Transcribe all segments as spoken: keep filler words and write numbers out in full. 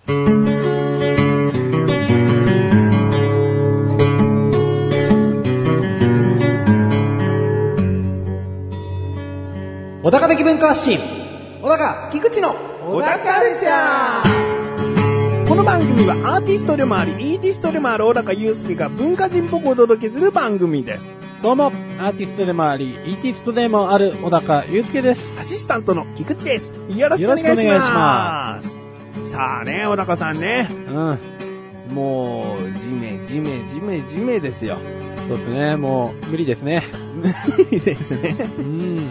小高的文化発信、小高菊池の小高カルチャー。 この番組はアーティストでもありイーティストでもある小高祐介が文化人っぽくお届けする番組です。 どうもアーティストでもありイーティストでもある小高祐介です。 アシスタントの菊池です。よろしくお願いします。さあね、小高さんね、うん、もうジメジメジメジメですよ。 そうですね、もう無理ですね。 無理ですね。 うん。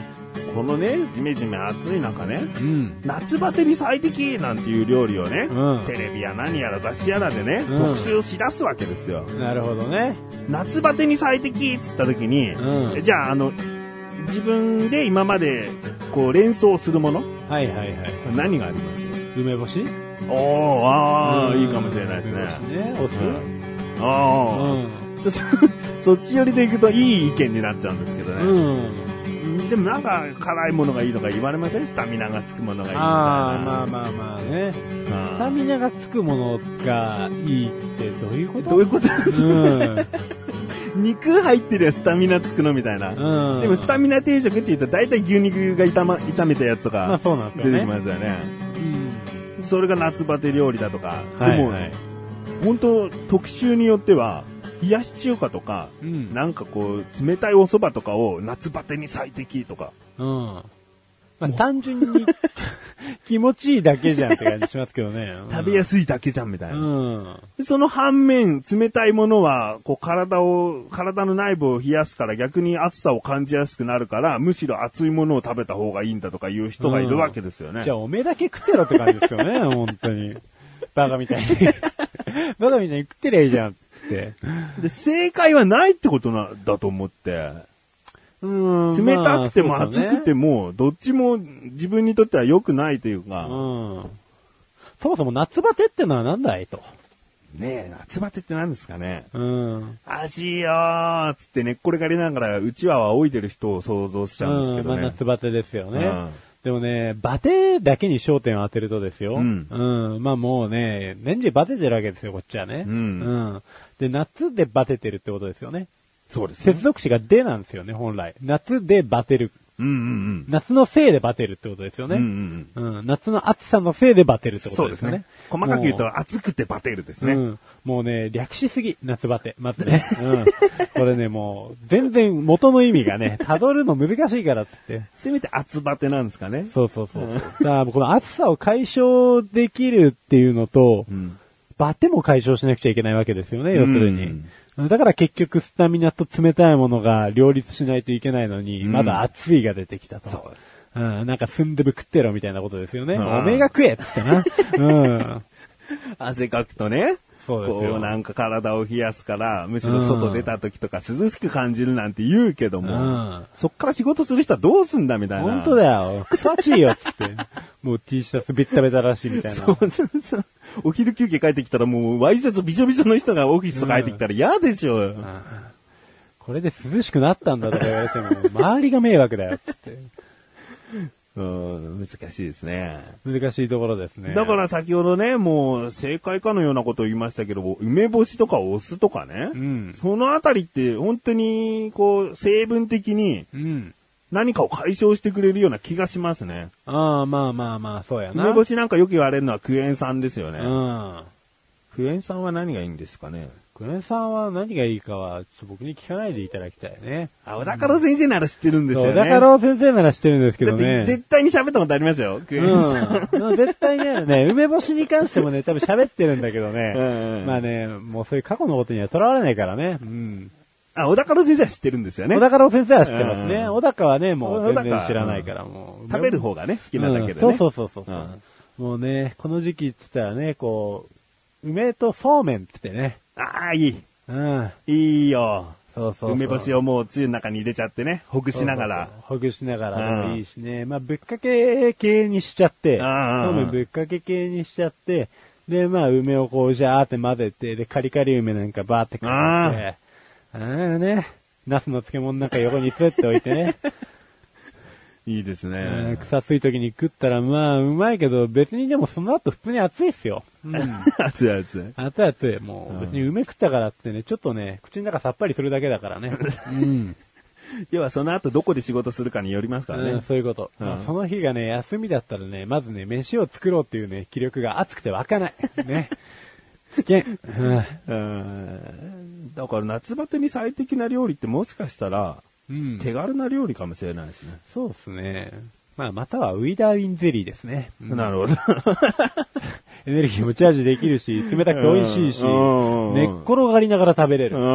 このね、ジメジメ暑い中ね、 うん、 夏バテに最適なんていう料理をね、 うん、 テレビや何やら雑誌やらでね、うん、特集し出すわけですよ。 なるほどね。 夏バテに最適っつった時に、うん、じゃああの自分で今までこう連想するもの、 はいはいはい、 何があります？ 梅干し？ おー、あー、うん、いいかもしれないですね。 梅干しね、お酢？ うん、あー、うん、ちょっとそっち寄りでいくといい意見になっちゃうんですけどね。うんでもなんか辛いものがいいとか言われません？スタミナがつくものがいいみたいな。 ああ、まあまあまあね。スタミナがつくものがいいってどういうこと？ どういうことなんですか、うん、肉入ってるやスタミナつくのみたいな。うん、でもスタミナ定食って言うと大体牛肉が炒、ま、炒めたやつとか出てきますよね。うん、それが夏バテ料理だとか。 はいはい、 でも、本当特集によっては、冷やし中華とか、うん、なんかこう冷たいお蕎麦とかを夏バテに最適とか。 うん。まあ、単純に気持ちいいだけじゃんって感じしますけどね。 うん、食べやすいだけじゃんみたいな。 うん、 その反面冷たいものはこう体を体の内部を冷やすから逆に暑さを感じやすくなるからむしろ熱いものを食べた方がいいんだとかいう人がいるわけですよね。 うん、じゃあおめえだけ食ってろって感じですよね。本当にバカみたいにバカみたいに食ってりゃいいじゃん。で正解はないってことなだと思って、 うーん冷たくても熱くても、まあね、どっちも自分にとっては良くないというか、 うん、そもそも夏バテってのは何だいとねえ、夏バテって何ですかね。 うん。 味よーつって寝っ転がりながらうちわを仰いでる人を想像しちゃうんですけどね。 うん、まあ夏バテですよね。 うんでもね、バテだけに焦点を当てるとですよ。 うん。 うん。まあもうね、年中バテてるわけですよ、こっちはね。 うん。 うん。で、夏でバテてるってことですよね。 そうですね。 接続詞がでなんですよね、本来。夏でバテる。 うんうんうん。 夏のせいでバテるってことですよね。 うんうんうん。 うん。夏の暑さのせいでバテるってことですよね。 そうですね。細かく言うと暑くてバテるですね。 うん。もうね、略しすぎ、夏バテ。まずね。うん。これね、もう、全然元の意味がね、辿るの難しいからっつって。 せめて暑バテなんですかね。 そうそうそう。だからこの暑さを解消できるっていうのと、うん、バテも解消しなくちゃいけないわけですよね、要するに。うんだから結局スタミナと冷たいものが両立しないといけないのに、うん、まだ暑いが出てきたと。 そうです。 うん、なんかスンドゥブ食ってろみたいなことですよね。おめえが食えっつってな。うん。 汗かくとね。 そうですよ。 こうなんか体を冷やすから、むしろ外出た時とか涼しく感じるなんて言うけども、うん、そっから仕事する人はどうすんだみたいな。 本当だよ。草ちいよっつって。もう T シャツビッタベタらしいみたいな。 そうそうそう。お昼休憩帰ってきたらもうワイシャツびしょびしょの人がオフィス帰ってきたら嫌でしょ、うんうん。 これで涼しくなったんだとか言われても、周りが迷惑だよっつって。 うん、難しいですね。 難しいところですね。 だから先ほどね、もう正解かのようなことを言いましたけど、梅干しとかお酢とかね、うん、そのあたりって本当にこう成分的に何かを解消してくれるような気がしますね。 ああ、まあまあまあ、そうやな。 梅干しなんかよく言われるのはクエン酸ですよね。 うん、 クエン酸は何がいいんですかね。 クエン酸は何がいいかは、ちょっと僕に聞かないでいただきたいね。 あ、小高郎先生なら知ってるんですよね。 小高郎先生なら知ってるんですけどね。 絶対に喋ったことありますよ、クエン酸。 うん、絶対ね、ね、梅干しに関してもね、多分喋ってるんだけどね。うんうん、まあね、もうそういう過去のことにはとらわれないからね。うん。 あ、小高郎先生は知ってるんですよね。 小高郎先生は知ってますね。うん、小高はね、もう全然知らないから、もう。 食べる方がね、好きなだけでね。 うん、そうそうそうそう、うん。もうね、この時期って言ったらね、こう、梅とそうめんって言ってね。 ああ、いい。 うん。 いいよ。 そうそうそう。 梅干しをもうつゆの中に入れちゃってね、ほぐしながら。そうそうそうほぐしながらでもいいしね。うん、まあ、ぶっかけ系にしちゃって、そうめんぶっかけ系にしちゃって、で、まあ、梅をこう、ジャーって混ぜて、で、カリカリ梅なんかバーってかけて、ああね、ナスの漬物なんか横につっておいてね。 いいですね。 草つい時に食ったらまあうまいけど、別にでもその後普通に熱いっすよ。うん、 熱い熱い。 熱い熱い。もう別に梅食ったからってね、ちょっとね、口の中さっぱりするだけだからね。うん。 要はその後どこで仕事するかによりますからね。 うん、そういうこと。うんまあ、その日がね、休みだったらね、まずね、飯を作ろうっていうね、気力が熱くて湧かない。ね。危険。 うん。だから夏バテに最適な料理ってもしかしたら、うん、手軽な料理かもしれないですね。 そうですね。まあ、またはウィダーウィンゼリーですね。 うん、なるほど。 エネルギー持ち味できるし、冷たくて美味しいし、寝っ転がりながら食べれる。うん。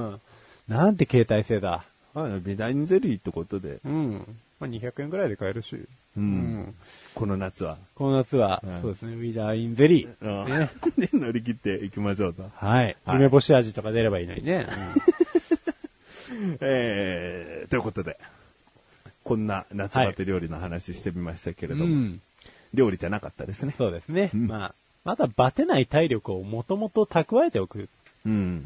うん、なんて携帯性だ。 はい、ウィダーウィンゼリーってことで。 うん。まあ、にひゃくえんくらいで買えるし。 うん。うん、この夏は。 この夏は、うん、そうですね、ウィダーウィンゼリー。 うん、ね。で、乗り切っていきましょうと。 はい。梅干し味とか出ればいいのにね。 うんえー、ということで、こんな夏バテ料理の話してみましたけれども、はいうん、料理じゃなかったですね。 そうですね。うん、まあ、まだバテない体力をもともと蓄えておく。うん。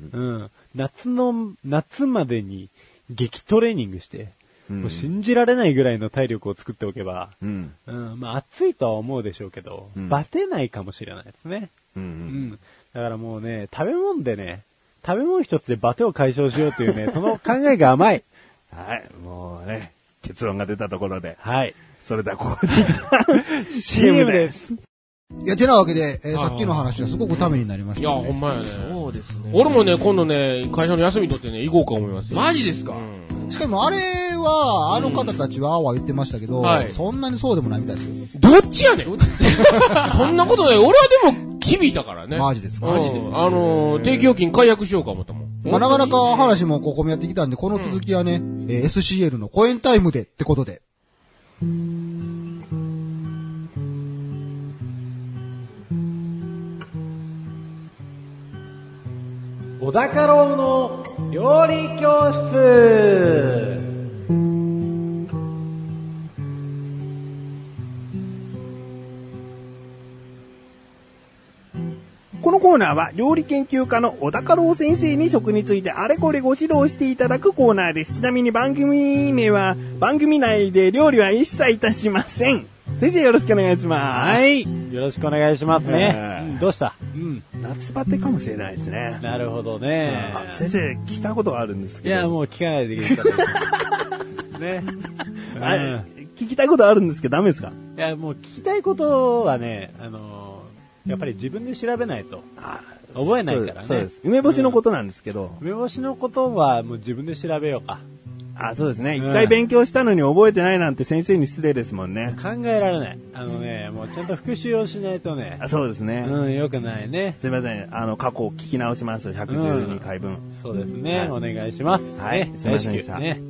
うん。夏の、夏までに激トレーニングして、うん、もう信じられないぐらいの体力を作っておけば、うん。うん、まあ暑いとは思うでしょうけど、うん、バテないかもしれないですね。うん、うん。うん。だからもうね、食べ物でね、食べ物一つでバテを解消しようというね、その考えが甘い。 はい、もうね、結論が出たところで。 はい。 それではここに シーエム です。 いや、てなわけで、えー、さっきの話はすごくためになりました、 ね。いや、ほんまやね。 そうですね。 俺もね、今度ね、会社の休み取ってね、行こうか思います。 マジですか、うん、しかもあれは、あの方たちは、あわ言ってましたけど、うんはい、そんなにそうでもないみたいですよ。 どっちやねんそんなことない。俺はでも、響いたからね。 マジですか、 マジで。あのー、定期預金解約しようか思ったもん。 まあ、なかなか話もここもやってきたんで、この続きはね、うん、えー、エスシーエル のコエンタイムでってことで。 小高郎の料理教室。 このコーナーは料理研究家の小高郎先生に食についてあれこれご指導していただくコーナーです。ちなみに番組名は番組内で料理は一切いたしません。先生よろしくお願いします。 はい。よろしくお願いしますね。えーうん、どうした、うん、 夏バテかもしれないですね。 なるほどね。 あ先生、聞いたことがあるんですけど。 いや、もう聞かないでいいからね。 はい、うん。聞きたいことあるんですけどダメですか？ いや、もう聞きたいことはね、あのー、やっぱり自分で調べないと。覚えないからね。 そうです。梅干しのことなんですけど。 うん、梅干しのことはもう自分で調べようか。 あ、そうですね。一回勉強したのに覚えてないなんて先生に失礼ですもんね。 考えられない。あのね、もうちゃんと復習をしないとね。 あ、そうですね。 うん、よくないね。 すいません。あの、過去を聞き直します。ひゃくじゅうにかいぶん。うん、 そうですね、はい。お願いします。 はい。 すいませんでした。ね。うん。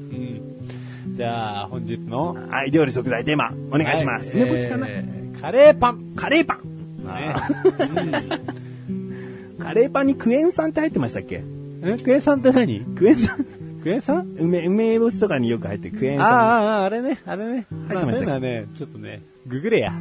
じゃあ、本日の。 はい、料理食材テーマ、お願いします。梅干しかな、 えー、カレーパン。 カレーパン。ね、うん、カレーパンにクエン酸って入ってましたっけ？ えクエン酸って何？ クエン酸クエン酸？ 梅、梅干しとかによく入ってるクエン酸。 ああ、あれね、あれね。 入ってましたっけ？ まあ、そういうのはね、ちょっとね、ググれや。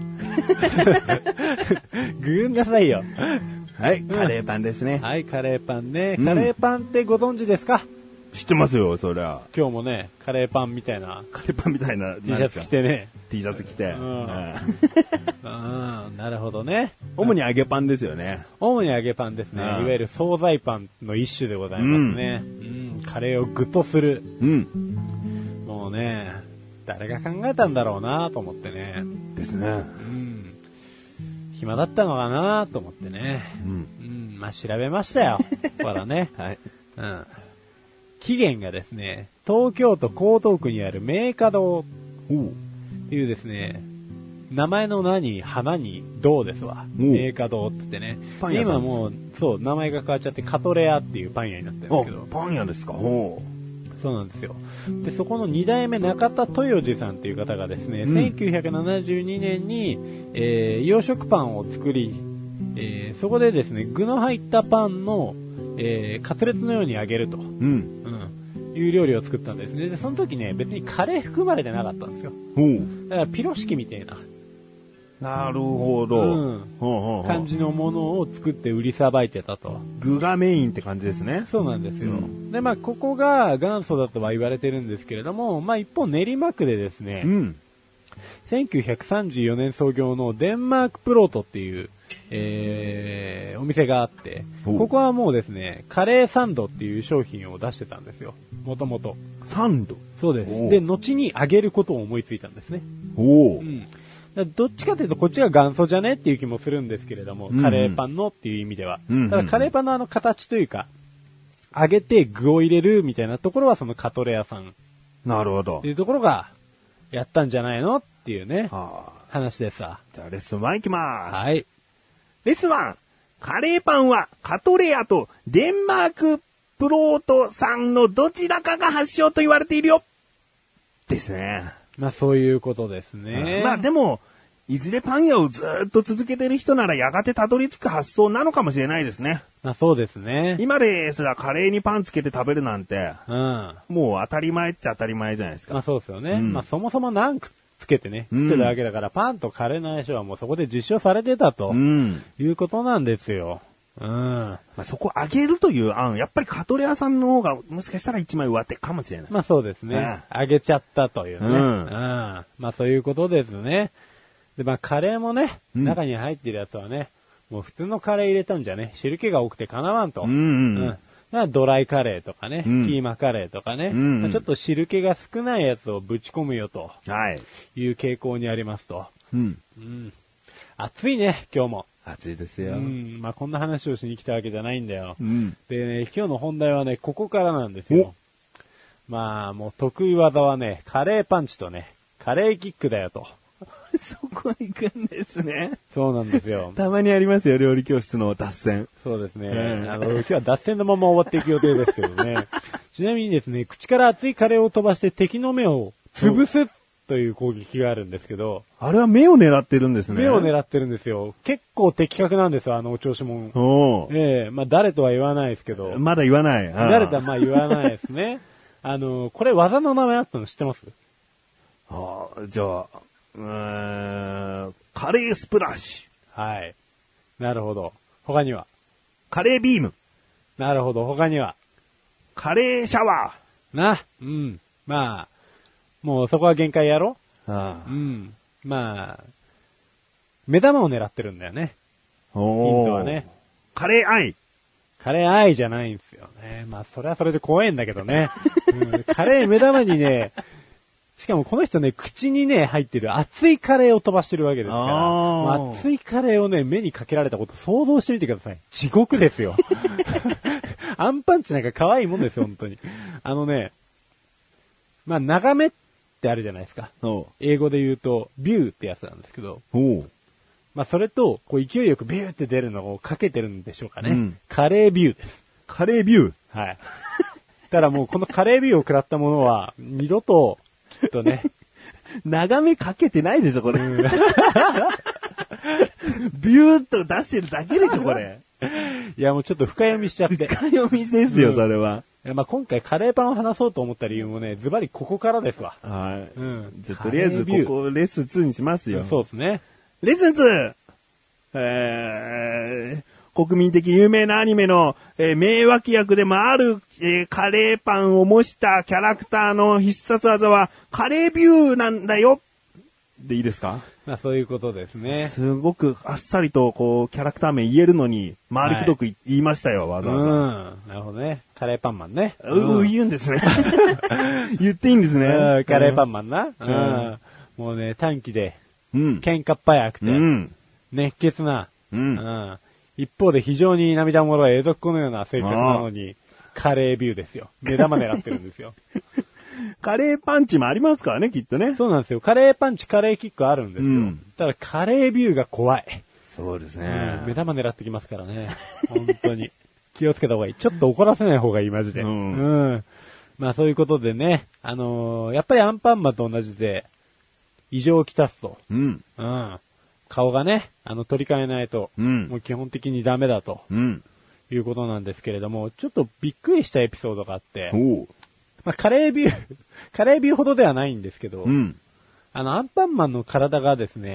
ググんなさいよ。 はい、カレーパンですね。 はい、カレーパンね。カレーパンってご存知ですか？ 知ってますよ、そりゃ。 今日もね、カレーパンみたいな。 カレーパンみたいな。 T シャツ着てね。 T シャツ着て。うん。うん、 なるほどね。 主に揚げパンですよね。 主に揚げパンですね。いわゆる惣菜パンの一種でございますね。うん。うん、カレーをグッとする。うん。もうね、誰が考えたんだろうなと思ってね。 ですね。うん。 暇だったのかなと思ってね。うん。うん。まあ、調べましたよ。ほらね。はい。うん。起源がですね、東京都江東区にある明華堂っていうですね、名前の名に花に堂ですわ。明華堂って言ってね。今もう、そう、名前が変わっちゃってカトレアっていうパン屋になってるんですけど。 パン屋ですか？ほう。そうなんですよ。で、そこの二代目中田豊次さんっていう方がですね、うん、せんきゅうひゃくななじゅうにねんに、えー、洋食パンを作り、えー、そこでですね、具の入ったパンのえー、カツレツのように揚げると、うんうん、いう料理を作ったんですね。で、その時ね、別にカレー含まれてなかったんですよ。だからピロシキみたいななるほど。うん。 ほうほうほう感じのものを作って売りさばいてたと。 具がメインって感じですね。 そうなんですよ。うん、で、まあ、ここが元祖だとは言われてるんですけれども、まあ、一方練馬区でですね、うん、せんきゅうひゃくさんじゅうよねん創業のデンマークプロートっていう、えー、お店があって、ここはもうですね、カレーサンドっていう商品を出してたんですよ。もともと。 サンド？ そうです。で、後に揚げることを思いついたんですね。 おー。 うんどっちかというとこっちが元祖じゃねっていう気もするんですけれども、うんうん、カレーパンのっていう意味では。うんうん、ただカレーパンのあの形というか、揚げて具を入れるみたいなところはそのカトレ屋さん。 なるほど。 っていうところが、やったんじゃないのっていうね、はあ、話でさ。 じゃあレッスンワンいきまーす。 はい。 レッスンワン。カレーパンはカトレ屋とデンマークプロートさんのどちらかが発祥と言われているよ。ですね。 まあそういうことですね。 まあでも、いずれパン屋をずっと続けてる人ならやがてたどり着く発想なのかもしれないですね。 まあそうですね。 今ですらカレーにパンつけて食べるなんて、うん、もう当たり前っちゃ当たり前じゃないですか。 まあそうですよね。うん、まあそもそもナンつけてね、食ってたわけだから、うん、パンとカレーの相性はもうそこで実証されてたと、うん、いうことなんですよ。うん。まあ、そこ上げるという案、やっぱりカトレ屋さんの方がもしかしたら一枚上手かもしれない。 まあそうですね。うん、上げちゃったというね。うん。うん、まあそういうことですね。で、まあカレーもね、うん、中に入ってるやつはね、もう普通のカレー入れたんじゃね、汁気が多くてかなわんと。うんうんうん。だからドライカレーとかね、うん、キーマカレーとかね、うんうんまあ、ちょっと汁気が少ないやつをぶち込むよと。はい。いう傾向にありますと。うん。うん。暑いね、今日も。 暑いですよ。うん。まあ、こんな話をしに来たわけじゃないんだよ。うん。でね、今日の本題はね、ここからなんですよ。まあ、もう得意技はね、カレーパンチとね、カレーキックだよと。 そこ行くんですね。 そうなんですよ。 たまにありますよ、料理教室の脱線。 そうですね。うん、あの、今日は脱線のまま終わっていく予定ですけどね。ちなみにですね、口から熱いカレーを飛ばして敵の目を潰すという攻撃があるんですけど。 あれは目を狙ってるんですね。 目を狙ってるんですよ。結構的確なんですよ、あのお調子者。おええー、まあ誰とは言わないですけど。 まだ言わない。 あ誰とはまあ言わないですね。あの、これ技の名前あったの知ってます？ ああ、じゃあ、うーん、カレースプラッシュ。はい。なるほど。他には？ カレービーム。 なるほど。他には？ カレーシャワー。な。うん。まあ、もうそこは限界やろ？ああうん。まあ、目玉を狙ってるんだよね。おー。ヒントはね。 カレーアイ。 カレーアイじゃないんですよね。まあ、それはそれで怖いんだけどね。うん、カレー目玉にね、しかもこの人ね、口にね、入ってる熱いカレーを飛ばしてるわけですから、熱いカレーをね、目にかけられたこと想像してみてください。地獄ですよ。アンパンチなんか可愛いもんですよ、本当に。あのね、まあ、長めってあるじゃないですか。英語で言うと、ビューってやつなんですけど、まあ、それと、こう勢いよくビューって出るのをかけてるんでしょうかね。うん、カレービューです。 カレービューはい。ただもうこのカレービューを食らったものは、二度と、きっとね。 長めかけてないでしょ、これ。ビューっと出してるだけでしょ、これ。 いや、もうちょっと深読みしちゃって。 深読みですよ、うん、それは。 いやまあ、今回カレーパンを話そうと思った理由もね、ズバリここからですわ。 はい。うん。じゃとりあえずここレッスンツーにしますよ。 そうですね。 レッスンツー! えー、国民的有名なアニメの、えー、名脇役でもある、えー、カレーパンを模したキャラクターの必殺技はカレービューなんだよでいいですか？ まあそういうことですね。 すごくあっさりとこうキャラクター名言えるのに回りくどく、はい、言いましたよ、わざわざ。 うん。なるほどね。カレーパンマンね。 う、うん、言うんですね。言っていいんですね。 カレーパンマンな。うん。うん、もうね、短期で、うん、喧嘩っ早くて、うん、熱血な、うん、うん。一方で非常に涙もろい江戸っ子のような性格なのに、カレービューですよ。目玉狙ってるんですよ。 カレーパンチもありますからね、きっとね。 そうなんですよ。カレーパンチ、カレーキックあるんですよ。うん、ただ、カレービューが怖い。 そうですね、 うん。目玉狙ってきますからね。本当に。気をつけた方がいい。ちょっと怒らせない方がいい、マジで。うん。うん、まあ、そういうことでね。あのー、やっぱりアンパンマンと同じで、異常をきたすと。うん。うん。顔がね、あの、取り替えないと、うん、もう基本的にダメだと。うん。いうことなんですけれども、ちょっとびっくりしたエピソードがあって、おまあ、カレービュー、カレービューほどではないんですけど、うん、あの、アンパンマンの体がですね、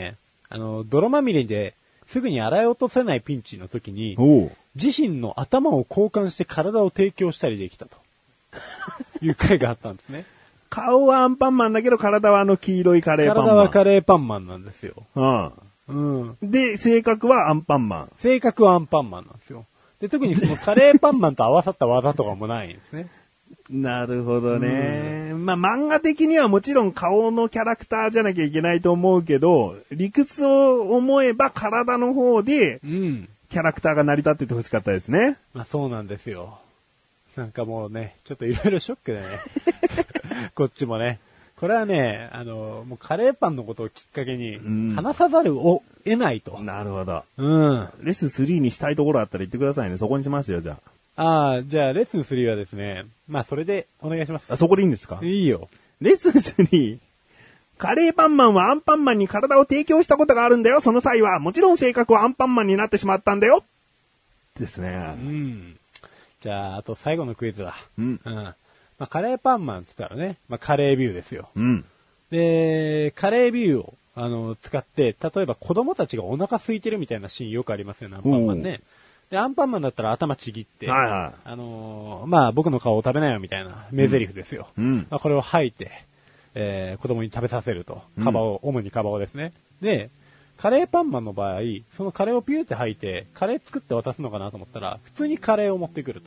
あの、泥まみれですぐに洗い落とせないピンチの時に、自身の頭を交換して体を提供したりできたと。いう回があったんですね。 顔はアンパンマンだけど体はあの黄色いカレーパンマン。 体はカレーパンマンなんですよ。 うん。うん。で、性格はアンパンマン。 性格はアンパンマンなんですよ。で、特にそのカレーパンマンと合わさった技とかもないんですね。 なるほどね。うん、まあ、漫画的にはもちろん顔のキャラクターじゃなきゃいけないと思うけど、理屈を思えば体の方で、キャラクターが成り立っててほしかったですね。 まあ、そうなんですよ。なんかもうね、ちょっといろいろショックでね。こっちもね。これはね、あの、もうカレーパンのことをきっかけに、話さざるを得ないと。 なるほど。 うん。 レッスンスリーにしたいところあったら言ってくださいね。そこにしますよ、じゃあ。ああ、じゃあレッスンスリーはですね、まあそれでお願いします。 あ、そこでいいんですか？ いいよ。 レッスンスリー。カレーパンマンはアンパンマンに体を提供したことがあるんだよ。その際は、もちろん性格はアンパンマンになってしまったんだよ。ですね。 うん。じゃあ、あと最後のクイズは。 うん。 うん。まあ、カレーパンマンって言ったらね、まあ、カレービューですよ。 うん。 で、カレービューを、あの、使って、例えば子供たちがお腹空いてるみたいなシーンよくありますよね、アンパンマンね。で、アンパンマンだったら頭ちぎって、 はいはい。 あのー、まあ、僕の顔を食べなよみたいな名台詞ですよ。 うん。 まあ、これを吐いて、えー、子供に食べさせると。カバを、うん、主にカバをですね。で、カレーパンマンの場合、そのカレーをピューって吐いて、カレー作って渡すのかなと思ったら、普通にカレーを持ってくると。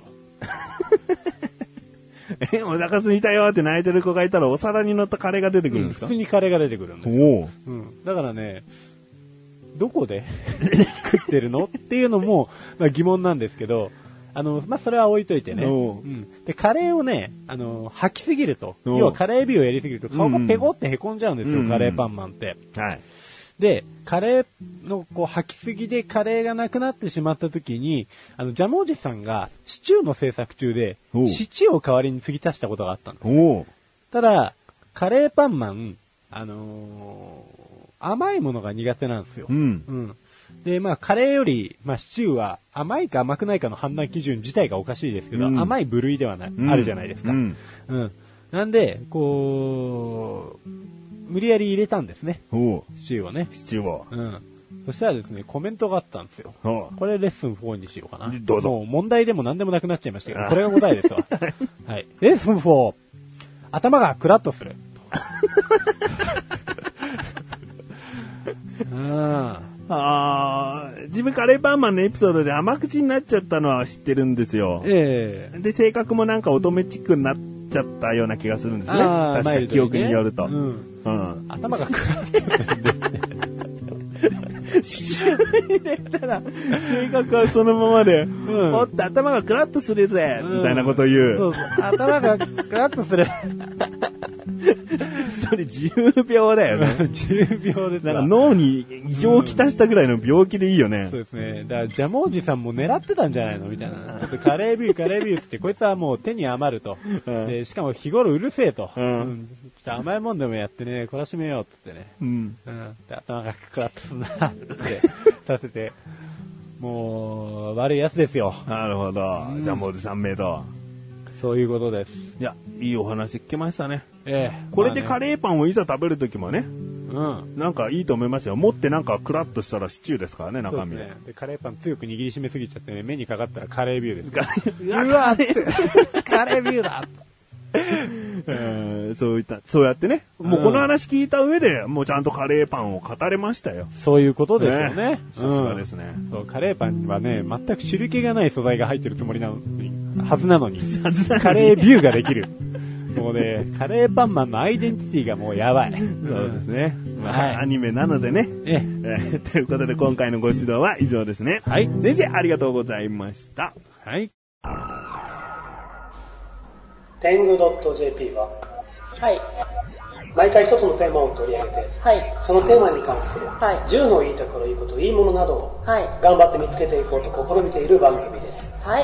え、お腹空いたよって泣いてる子がいたらお皿に乗ったカレーが出てくるんですか？ うん、普通にカレーが出てくるんですよ。おうん、だからね、どこで作ってるのっていうのも、まあ、疑問なんですけど、あの、まあ、それは置いといてね。うん、で、カレーをね、あの、吐きすぎると、要はカレービューをやりすぎると顔がペコって凹んじゃうんですよ、うん、カレーパンマンって。 はい。 で、カレーのこう吐きすぎでカレーがなくなってしまった時に、あの、ジャムおじさんがシチューの制作中で、シチューを代わりに継ぎ足したことがあったんです。ただ、カレーパンマン、あのー、甘いものが苦手なんですよ。 うん。 うん。で、まあ、カレーより、まあ、シチューは甘いか甘くないかの判断基準自体がおかしいですけど、うん、甘い部類ではない、うん、あるじゃないですか。うん。うん。なんで、こう、無理やり入れたんですね。シチューをね。 シチューを。 うん。そしたらですね、コメントがあったんですよ。これレッスンフォーにしようかな。 どうぞ。 もう問題でも何でもなくなっちゃいましたけど、これが答えですわ。はい。レッスンフォー。頭がクラッとする。 ああ、自分カレーパンマンのエピソードで甘口になっちゃったのは知ってるんですよ。 ええー。 で、性格もなんか乙女チックになっちゃったような気がするんですね。確か記憶によると。 うん。うん、頭がクラッとするんですね。 入れたら、性格はそのままで、うん、おっと頭がクラッとするぜ、うん、みたいなことを言う。 そうそう。頭がクラッとする。 それじゅうびょうだよね。 じゅうびょうです。 なんか脳に異常をきたしたぐらいの病気でいいよね。 うん、そうですね。だからジャムおじさんも狙ってたんじゃないのみたいな。ちょっとカレービュー、カレービューって、こいつはもう手に余ると。うん、で、しかも日頃うるせえと。うんうん、ちょっと甘いもんでもやってね、懲らしめようってってね。 うん。 うん。で、頭がクラッとすんなってさせて、もう、悪いやつですよ。 なるほど。うん、ジャムおじさんメイド。 そういうことです。 いや、いいお話聞けましたね。 ええ。 これでカレーパンをいざ食べるときもね。 うん。 なんかいいと思いますよ。持ってなんかクラッとしたらシチューですからね、中身。そうですね。 で、カレーパン強く握りしめすぎちゃってね、目にかかったらカレービューです。 うわって。 カレービューだえー、そういった、そうやってね、もうこの話聞いた上で、もうちゃんとカレーパンを語れましたよ。 そういうことですよね。 さすがですね、 うん。そう、カレーパンにはね、全く汁気がない素材が入ってるつもりなのに、はずなのに、カレービューができる。もうね、カレーパンマンのアイデンティティがもうやばい。そうですね。まあ、はい、アニメなのでね。 ええー、ということで今回のご指導は以上ですね。 はい。 先生ありがとうございました。 はい。 テング .jp は、 はい。 毎回一つのテーマを取り上げて、 はい。 そのテーマに関する、 はい。 じゅうのいいところ、いいこと、いいものなどを、 はい。 頑張って見つけていこうと試みている番組です。 はい。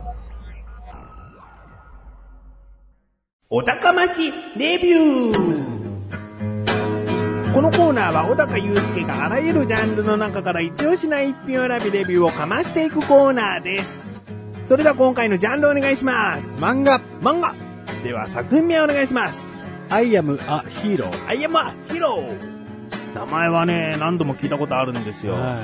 お高ましレビュー。このコーナーは小高祐介があらゆるジャンルの中から一押しな一品を選びレビューをかましていくコーナーです。それでは今回のジャンルお願いします。 漫画。 漫画。では作品名お願いします。 I am a hero. I am a hero. 名前はね、何度も聞いたことあるんですよ。はい。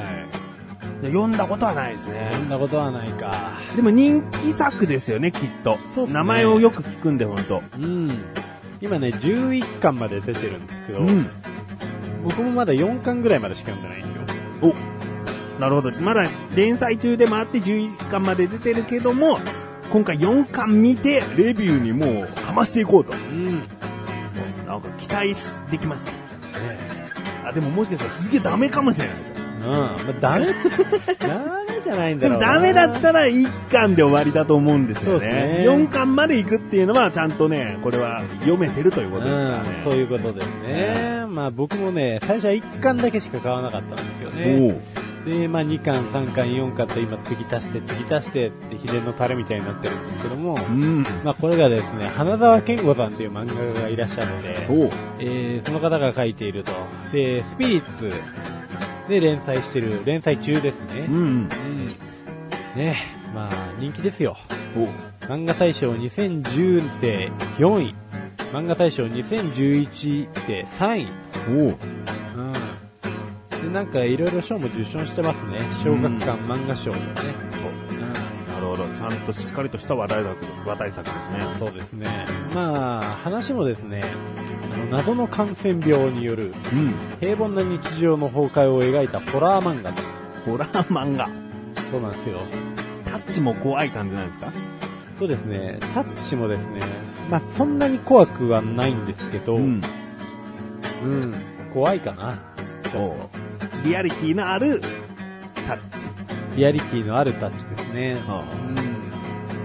読んだことはないですね。 読んだことはないか。 でも人気作ですよね、きっと。そうですね。名前をよく聞くんで、ほんと。 うん。今ね、じゅういっかんまで出てるんですけど、うん、僕もまだよんかんぐらいまでしか読んでないんですよ。 お、なるほど。まだ連載中でもあってじゅういっかんまで出てるけども、今回よんかん見て、レビューにもうかましていこうと。うん。なんか期待できますね。ねあ、でももしかしたらすげえダメかもしれない。 うん。まあ、ダメ、ダメじゃないんだろうな。 ダメだったらいっかんで終わりだと思うんですよね。そうですね。よんかんまで行くっていうのはちゃんとね、これは読めてるということですからね。 うん、そういうことですね。まあ僕もね、最初はいっかんだけしか買わなかったんですよね。で、まあにかん、さんかん、よんかんと今継ぎ足して、継ぎ足してって秘伝のタレみたいになってるんですけども、うん、まあこれがですね、花沢健吾さんっていう漫画家がいらっしゃって、えー、その方が書いていると。で、スピリッツで連載してる、連載中ですね。うん、うん。ね、まあ人気ですよ。漫画大賞にせんじゅうでよんい、漫画大賞にせんじゅういちでさんい。おう、うん。で、なんかいろいろ賞も受賞してますね。小学館漫画賞とかね。 うん、なるほど。ちゃんとしっかりとした話題作、話題作ですね。 そうですね。まあ、話もですね、あの謎の感染病による、うん、平凡な日常の崩壊を描いたホラー漫画と。 ホラー漫画。 そうなんですよ。 タッチも怖い感じなんですか？ そうですね。タッチもですね、まあそんなに怖くはないんですけど、うん、うん、怖いかな。ちょっとリアリティのあるタッチ。 リアリティのあるタッチですね。うん、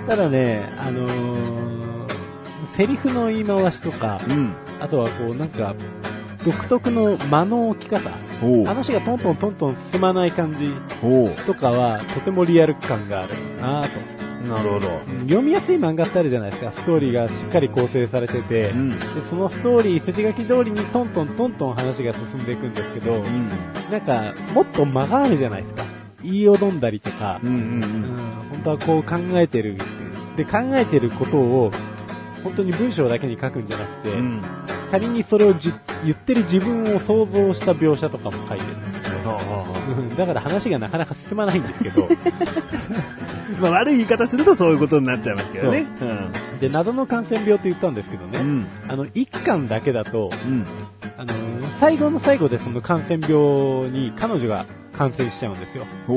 ただね、あのー、セリフの言い回しとか、うん、あとはこうなんか独特の間の置き方、話がトントントントン進まない感じとかはとてもリアル感があるなぁと。 なるほど。 読みやすい漫画ってあるじゃないですか。ストーリーがしっかり構成されてて、うん、でそのストーリー筋書き通りにトントントントン話が進んでいくんですけど、うん、なんかもっと間があるじゃないですか。言いよどんだりとか、うんうんうんうん、本当はこう考えてるで考えてることを本当に文章だけに書くんじゃなくて、うん、仮にそれをじ言ってる自分を想像した描写とかも書いてるんですよ。だから話がなかなか進まないんですけどまあ悪い言い方するとそういうことになっちゃいますけどね。うん、 で、謎の感染病って言ったんですけどね、うん、あのいっかんだけだと、うん、あのー、最後の最後でその感染病に彼女が感染しちゃうんですよ。うん、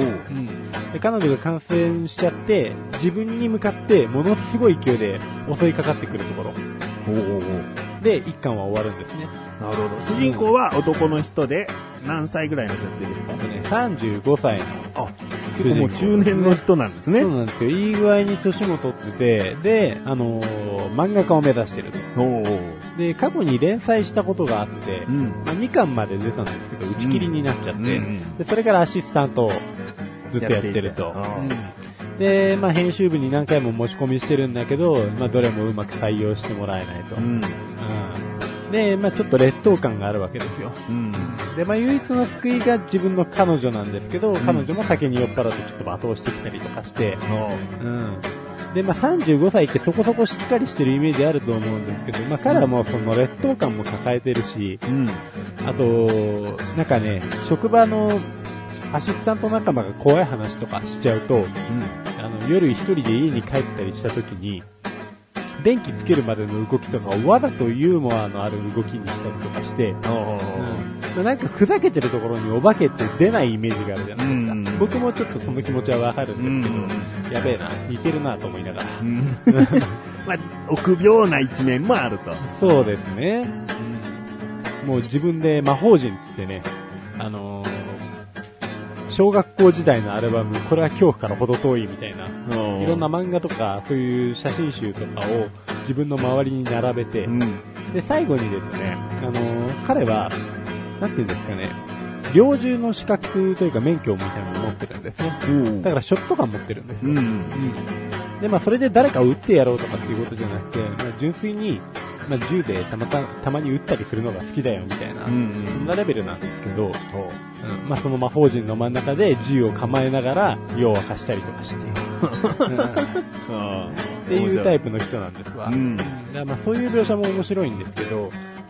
で彼女が感染しちゃって自分に向かってものすごい勢いで襲いかかってくるところでいっかんは終わるんですね。 なるほど。主人公は男の人で何歳ぐらいの設定ですか？ ね、さんじゅうごさいの。あ、 結構もう中年の人なんですね。 そうなんですよ。いい具合に年も取ってて、で、あのー、漫画家を目指してると。おで、過去に連載したことがあって、うん、まあ、にかんまで出たんですけど、打ち切りになっちゃって、うんうん、でそれからアシスタントをずっとやってると。で、まあ、編集部に何回も持ち込みしてるんだけど、まあ、どれもうまく採用してもらえないと。うんうんで、まあちょっと劣等感があるわけですよ。うん、で、まあ唯一の救いが自分の彼女なんですけど、うん、彼女も酒に酔っ払ってちょっと罵倒してきたりとかして、うん、で、まあさんじゅうごさいってそこそこしっかりしてるイメージあると思うんですけど、まあ彼はもうその劣等感も抱えてるし、うん、あと、なんかね、職場のアシスタント仲間が怖い話とかしちゃうと、うん、あの夜一人で家に帰ったりした時に、電気つけるまでの動きとかをわざとユーモアのある動きにしたりとかして、うんまあ、なんかふざけてるところにお化けって出ないイメージがあるじゃないですか。うん、僕もちょっとその気持ちはわかるんですけど、うん、やべえな、似てるなと思いながら。うん、 まあ、臆病な一面もあると。 そうですね。うん、もう自分で魔法陣ってね、あのー、小学校時代のアルバム、これは恐怖からほど遠いみたいな、いろんな漫画とか、そういう写真集とかを自分の周りに並べて、うん、で、最後にですね、あのー、彼は、なんていうんですかね、猟銃の資格というか免許みたいなのを持ってるんですね。だからショットガン持ってるんですよ。うんうん、で、まあそれで誰かを撃ってやろうとかっていうことじゃなくて、まあ、純粋に、まあ、銃でたまた、たまに撃ったりするのが好きだよみたいな、うんうん、そんなレベルなんですけど、うん、まあその魔法陣の真ん中で銃を構えながら夜を明かしたりとかして、うん、っていうタイプの人なんですわ。うん、だまあそういう描写も面白いんですけど、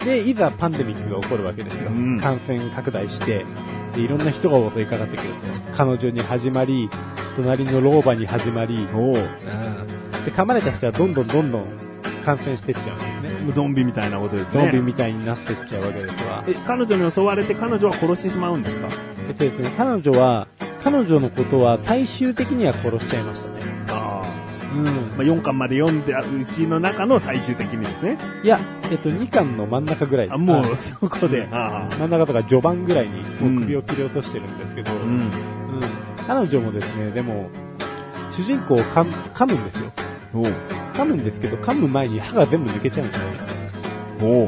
で、いざパンデミックが起こるわけですよ。うん、感染拡大して、で、いろんな人が襲いかかってくると。彼女に始まり、隣の老婆に始まり、おうん、で、噛まれた人はどんどんどんどん感染していっちゃうんですね。 ゾンビみたいなことですね。 ゾンビみたいになっていっちゃうわけですわ。 え、彼女に襲われて彼女は殺してしまうんですか？ えっとですね、彼女は、彼女のことは最終的には殺しちゃいましたね。ああ。うん。まあ、よんかんまで読んでうちの中の最終的にですね。 いや、えっと、にかんの真ん中ぐらい。 あ、もうそこで。 あ真ん中とか序盤ぐらいにもう首を切り落としてるんですけど、うん。うん、彼女もですね、でも、主人公を噛む、噛むんですよ。噛むんですけど、噛む前に歯が全部抜けちゃうんですよ。おう、うん、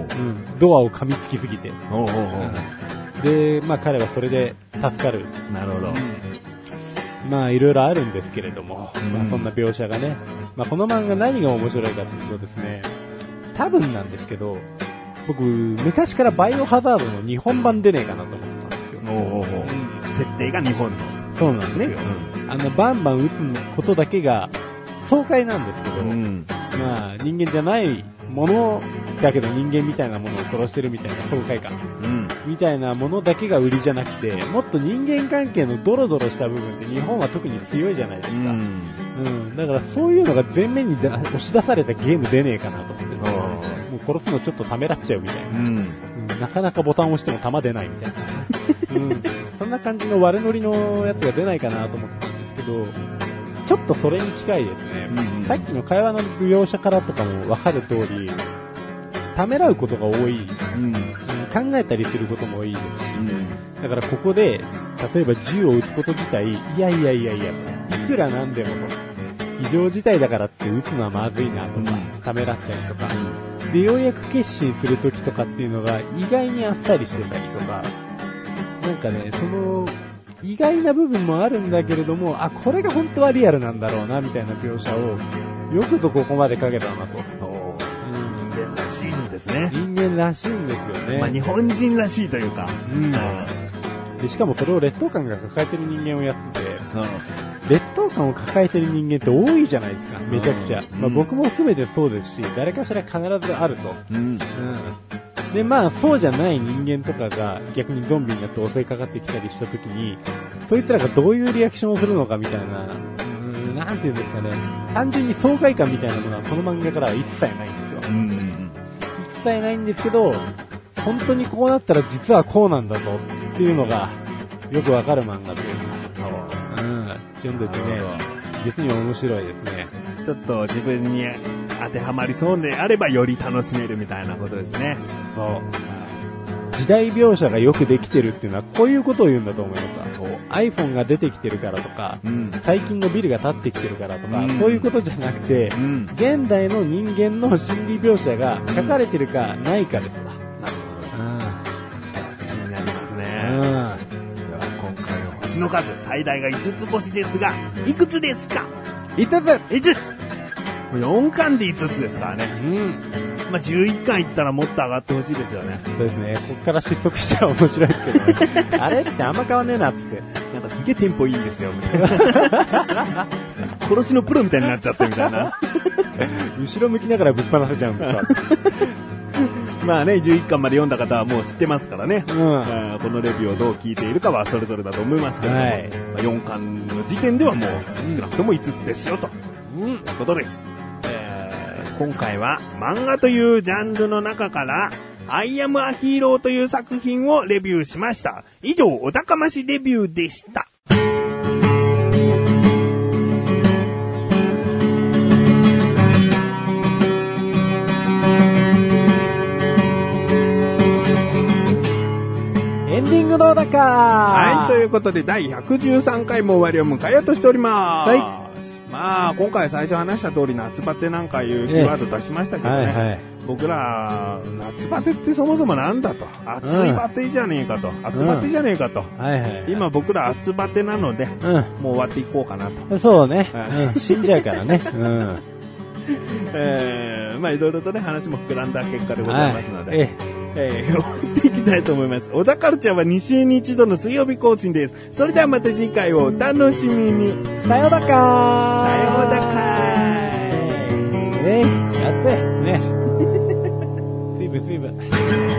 ドアを噛みつきすぎて。おうおうおうで、まあ彼はそれで助かる。 なるほど。うん、まあいろいろあるんですけれども、うん、まあそんな描写がね、まあこの漫画何が面白いかというとですね、多分なんですけど、僕昔からバイオハザードの日本版出ねえかなと思ってたんですよ。おうおうおう、うん、 設定が日本の。 そうなんですね。うん、あのバンバン撃つことだけが爽快なんですけど、うん、まあ人間じゃないものだけど人間みたいなものを殺してるみたいな爽快感、うん、みたいなものだけが売りじゃなくて、もっと人間関係のドロドロした部分って日本は特に強いじゃないですか。うん。うん、だからそういうのが前面に押し出されたゲーム出ねえかなと思って、もう殺すのちょっとためらっちゃうみたいな、うんうん、なかなかボタンを押しても弾出ないみたいな、うん、そんな感じの悪ノリのやつが出ないかなと思ってたんですけど、ちょっとそれに近いですね。うんうん、さっきの会話の描写からとかも分かる通り、ためらうことが多い、うん、考えたりすることも多いですし、うん、だからここで、例えば銃を撃つこと自体、いやいやいやいや、いくらなんでもと、異常事態だからって撃つのはまずいなとか、うん、ためらったりとか、うん、で、ようやく決心するときとかっていうのが意外にあっさりしてたりとか、なんかね、その、意外な部分もあるんだけれども、あ、これが本当はリアルなんだろうな、みたいな描写を、よくぞここまで書けたなと。 人間らしいんですね。 人間らしいんですよね。 まあ日本人らしいというか。うん。 で、しかもそれを劣等感が抱えてる人間をやってて、うん、劣等感を抱えてる人間って多いじゃないですか、めちゃくちゃ。うん、まあ僕も含めてそうですし、誰かしら必ずあると。うん。うんで、まあ、そうじゃない人間とかが逆にゾンビになって襲いかかってきたりしたときに、そいつらがどういうリアクションをするのかみたいな、うーん、なんていうんですかね、単純に爽快感みたいなものはこの漫画からは一切ないんですよ。うん、一切ないんですけど、本当にこうなったら実はこうなんだぞっていうのがよくわかる漫画というか、うん、読んでてね、実に面白いですね。 ちょっと自分に当てはまりそうであればより楽しめるみたいなことですね。 そう。時代描写がよくできてるっていうのはこういうことを言うんだと思います。iPhone が出てきてるからとか、うん、最近のビルが建ってきてるからとか、うん、そういうことじゃなくて、うん、現代の人間の心理描写が書かれてるかないかですわ。なるほど。うん、 気になりますね。うん、では今回の星の数、最大がいつつ星ですが、いくつですか？ いつつ ! いつつよんかんでいつつですからね。うん。まあ、じゅういっかんいったらもっと上がってほしいですよね。 そうですね。こっから失速したら面白いですけどね。あれってあんま変わんねえなっつって。 なんかすげえテンポいいんですよ、みたいな。殺しのプロみたいになっちゃってみたいな。 後ろ向きながらぶっ放せちゃうんですか。 まあね、じゅういっかんまで読んだ方はもう知ってますからね。うん、このレビューをどう聞いているかはそれぞれだと思いますけれども、はい、まあ、よんかんの時点ではもう少なくともいつつですよと、うん、いうことです。今回は漫画というジャンルの中からアイアムアヒーローという作品をレビューしました。以上、お高ましレビューでした。 エンディングどうだか。 はい、ということでだいひゃくじゅうさんかいも終わりを迎えようとしております。はい。まあ、今回最初話した通り夏バテなんかいうキーワード出しましたけどね、はいはい、僕ら夏バテってそもそもなんだと、暑いバテじゃねえかと、うん、暑バテじゃねえかと、うんはいはいはい、今僕ら暑バテなので、うん、もう終わっていこうかなと。 そうね、うん、死んじゃうからね、うんえー、まあいろいろとね話も膨らんだ結果でございますので、はい、えー、終わっていきたいと思います。小田カルチャーはに週に一度の水曜日更新です。それではまた次回をお楽しみに。 さようだかー。 さようだかー。 えー、やってね。随分スイブ。